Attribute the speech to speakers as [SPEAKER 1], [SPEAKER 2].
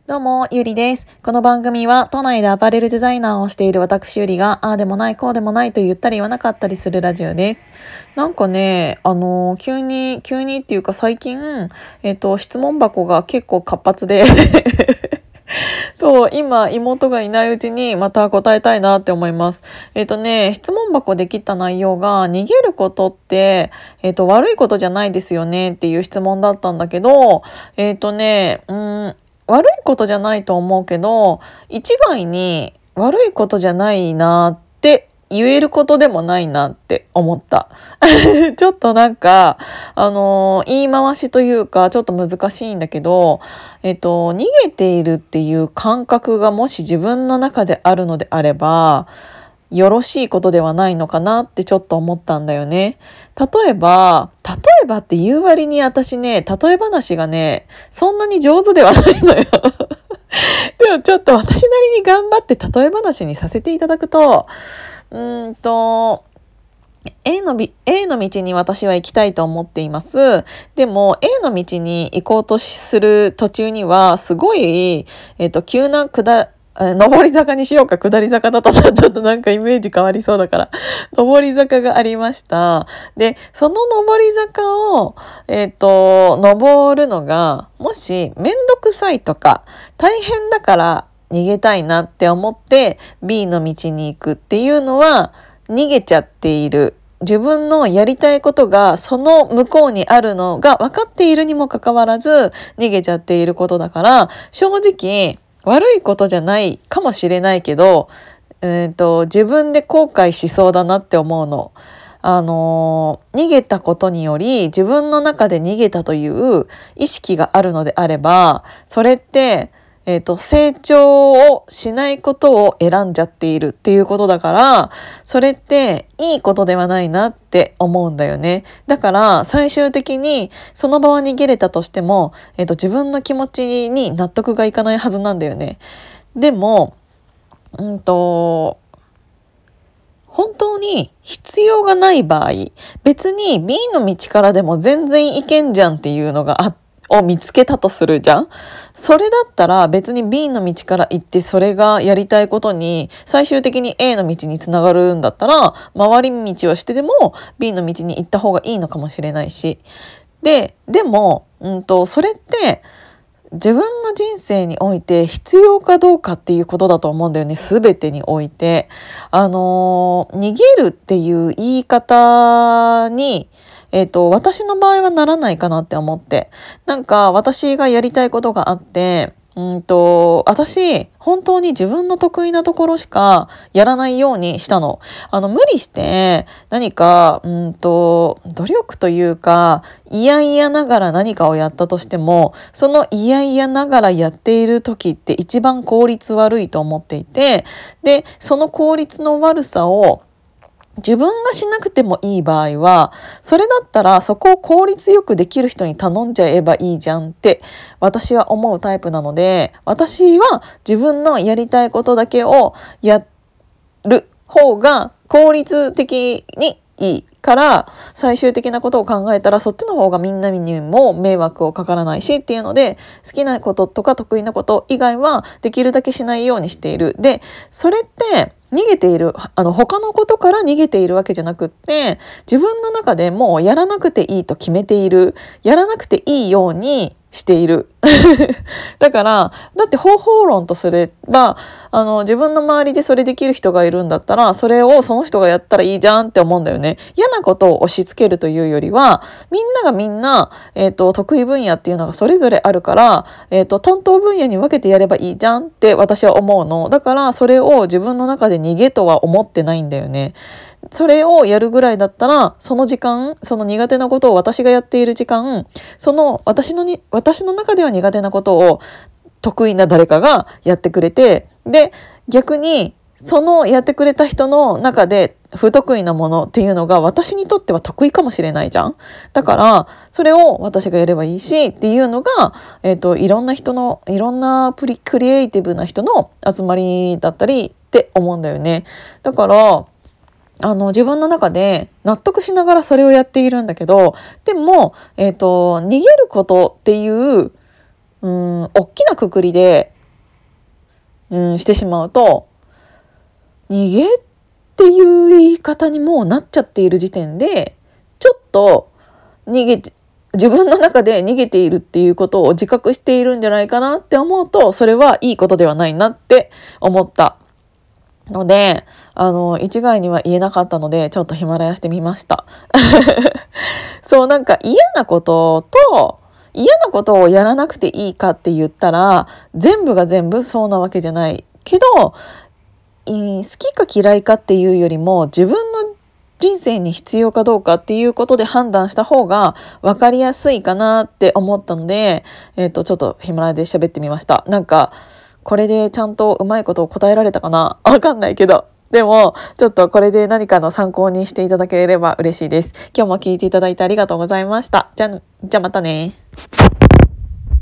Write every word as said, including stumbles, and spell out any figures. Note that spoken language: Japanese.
[SPEAKER 1] どうも、ゆりです。この番組は都内でアパレルデザイナーをしている私ゆりが、ああでもない、こうでもないと言ったり言わなかったりするラジオです。なんかね、あのー急に、急にっていうか最近、えっと、質問箱が結構活発でそう、今、妹がいないうちにまた答えたいなって思います。えっとね、質問箱で切った内容が、逃げることって、えっと、悪いことじゃないですよねっていう質問だったんだけど、えっとね、うーん、悪いことじゃないと思うけど、一概に悪いことじゃないなって言えることでもないなって思った。ちょっとなんか、あのー言い回しというか、ちょっと難しいんだけど、えっと、逃げているっていう感覚がもし自分の中であるのであれば、よろしいことではないのかなってちょっと思ったんだよね。例えば、例えばって言う割に私ね、例え話がね、そんなに上手ではないのよ。でもちょっと私なりに頑張って例え話にさせていただくと、うーんと、A のび、A の道に私は行きたいと思っています。でも A の道に行こうとする途中にはすごい、えっと、急な下、え上り坂にしようか下り坂だとさちょっとなんかイメージ変わりそうだから上り坂がありました。でその上り坂をえっと登るのがもしめんどくさいとか大変だから逃げたいなって思って B の道に行くっていうのは逃げちゃっている。自分のやりたいことがその向こうにあるのが分かっているにもかかわらず逃げちゃっていることだから、正直悪いことじゃないかもしれないけど、えーと、自分で後悔しそうだなって思うの。あのー逃げたことにより自分の中で逃げたという意識があるのであれば、それってえっと、成長をしないことを選んじゃっているっていうことだから、それっていいことではないなって思うんだよね。だから最終的にその場は逃げれたとしても、えっと、自分の気持ちに納得がいかないはずなんだよね。でも、うんと、本当に必要がない場合、別に B の道からでも全然いけんじゃんっていうのがあを見つけたとするじゃん。それだったら別に B の道から行ってそれがやりたいことに最終的に A の道につながるんだったら回り道をしてでも B の道に行った方がいいのかもしれないし。で、でも、うんと、それって自分の人生において必要かどうかっていうことだと思うんだよね。すべてにおいて。あのー、逃げるっていう言い方に、えっと、私の場合はならないかなって思って。なんか私がやりたいことがあって、うんと、私、本当に自分の得意なところしかやらないようにしたの。あの、無理して何か、うんと、努力というか、嫌々ながら何かをやったとしても、その嫌々ながらやっている時って一番効率悪いと思っていて、で、その効率の悪さを自分がしなくてもいい場合は、それだったらそこを効率よくできる人に頼んじゃえばいいじゃんって私は思うタイプなので、私は自分のやりたいことだけをやる方が効率的にいいから最終的なことを考えたらそっちの方がみんなにも迷惑をかからないしっていうので、好きなこととか得意なこと以外はできるだけしないようにしている。で、それって逃げている、あの他のことから逃げているわけじゃなくって、自分の中でもうやらなくていいと決めている、やらなくていいようにしている。だからだって方法論とすれば、あの自分の周りでそれできる人がいるんだったらそれをその人がやったらいいじゃんって思うんだよね。嫌なことを押し付けるというよりは、みんながみんな、えーと、得意分野っていうのがそれぞれあるから、えーと、担当分野に分けてやればいいじゃんって私は思うの。だからそれを自分の中で逃げとは思ってないんだよね。それをやるぐらいだったら、その時間、その苦手なことを私がやっている時間、その私のに、私の中では苦手なことを得意な誰かがやってくれて、で、逆にそのやってくれた人の中で不得意なものっていうのが私にとっては得意かもしれないじゃん。だからそれを私がやればいいしっていうのが、えーと、いろんな人のいろんなプリクリエイティブな人の集まりだったりって思うんだよね。だからあの自分の中で納得しながらそれをやっているんだけど、でも、えーと、逃げることっていう、うーん、大きな括りでうん、してしまうと、逃げっていう言い方にもうなっちゃっている時点で、ちょっと逃げて、自分の中で逃げているっていうことを自覚しているんじゃないかなって思うと、それはいいことではないなって思ったので、あの一概には言えなかったので、ちょっとヒマラヤしてみました。そう、なんか嫌なことと嫌なことをやらなくていいかって言ったら、全部が全部そうなわけじゃないけど、好きか嫌いかっていうよりも、自分の人生に必要かどうかっていうことで判断した方が分かりやすいかなって思ったので、えっと、ちょっとヒマラヤで喋ってみました。なんかこれでちゃんとうまいことを答えられたかな、わかんないけど、でもちょっとこれで何かの参考にしていただければ嬉しいです。今日も聞いていただいてありがとうございました。じゃ、じゃあまたね。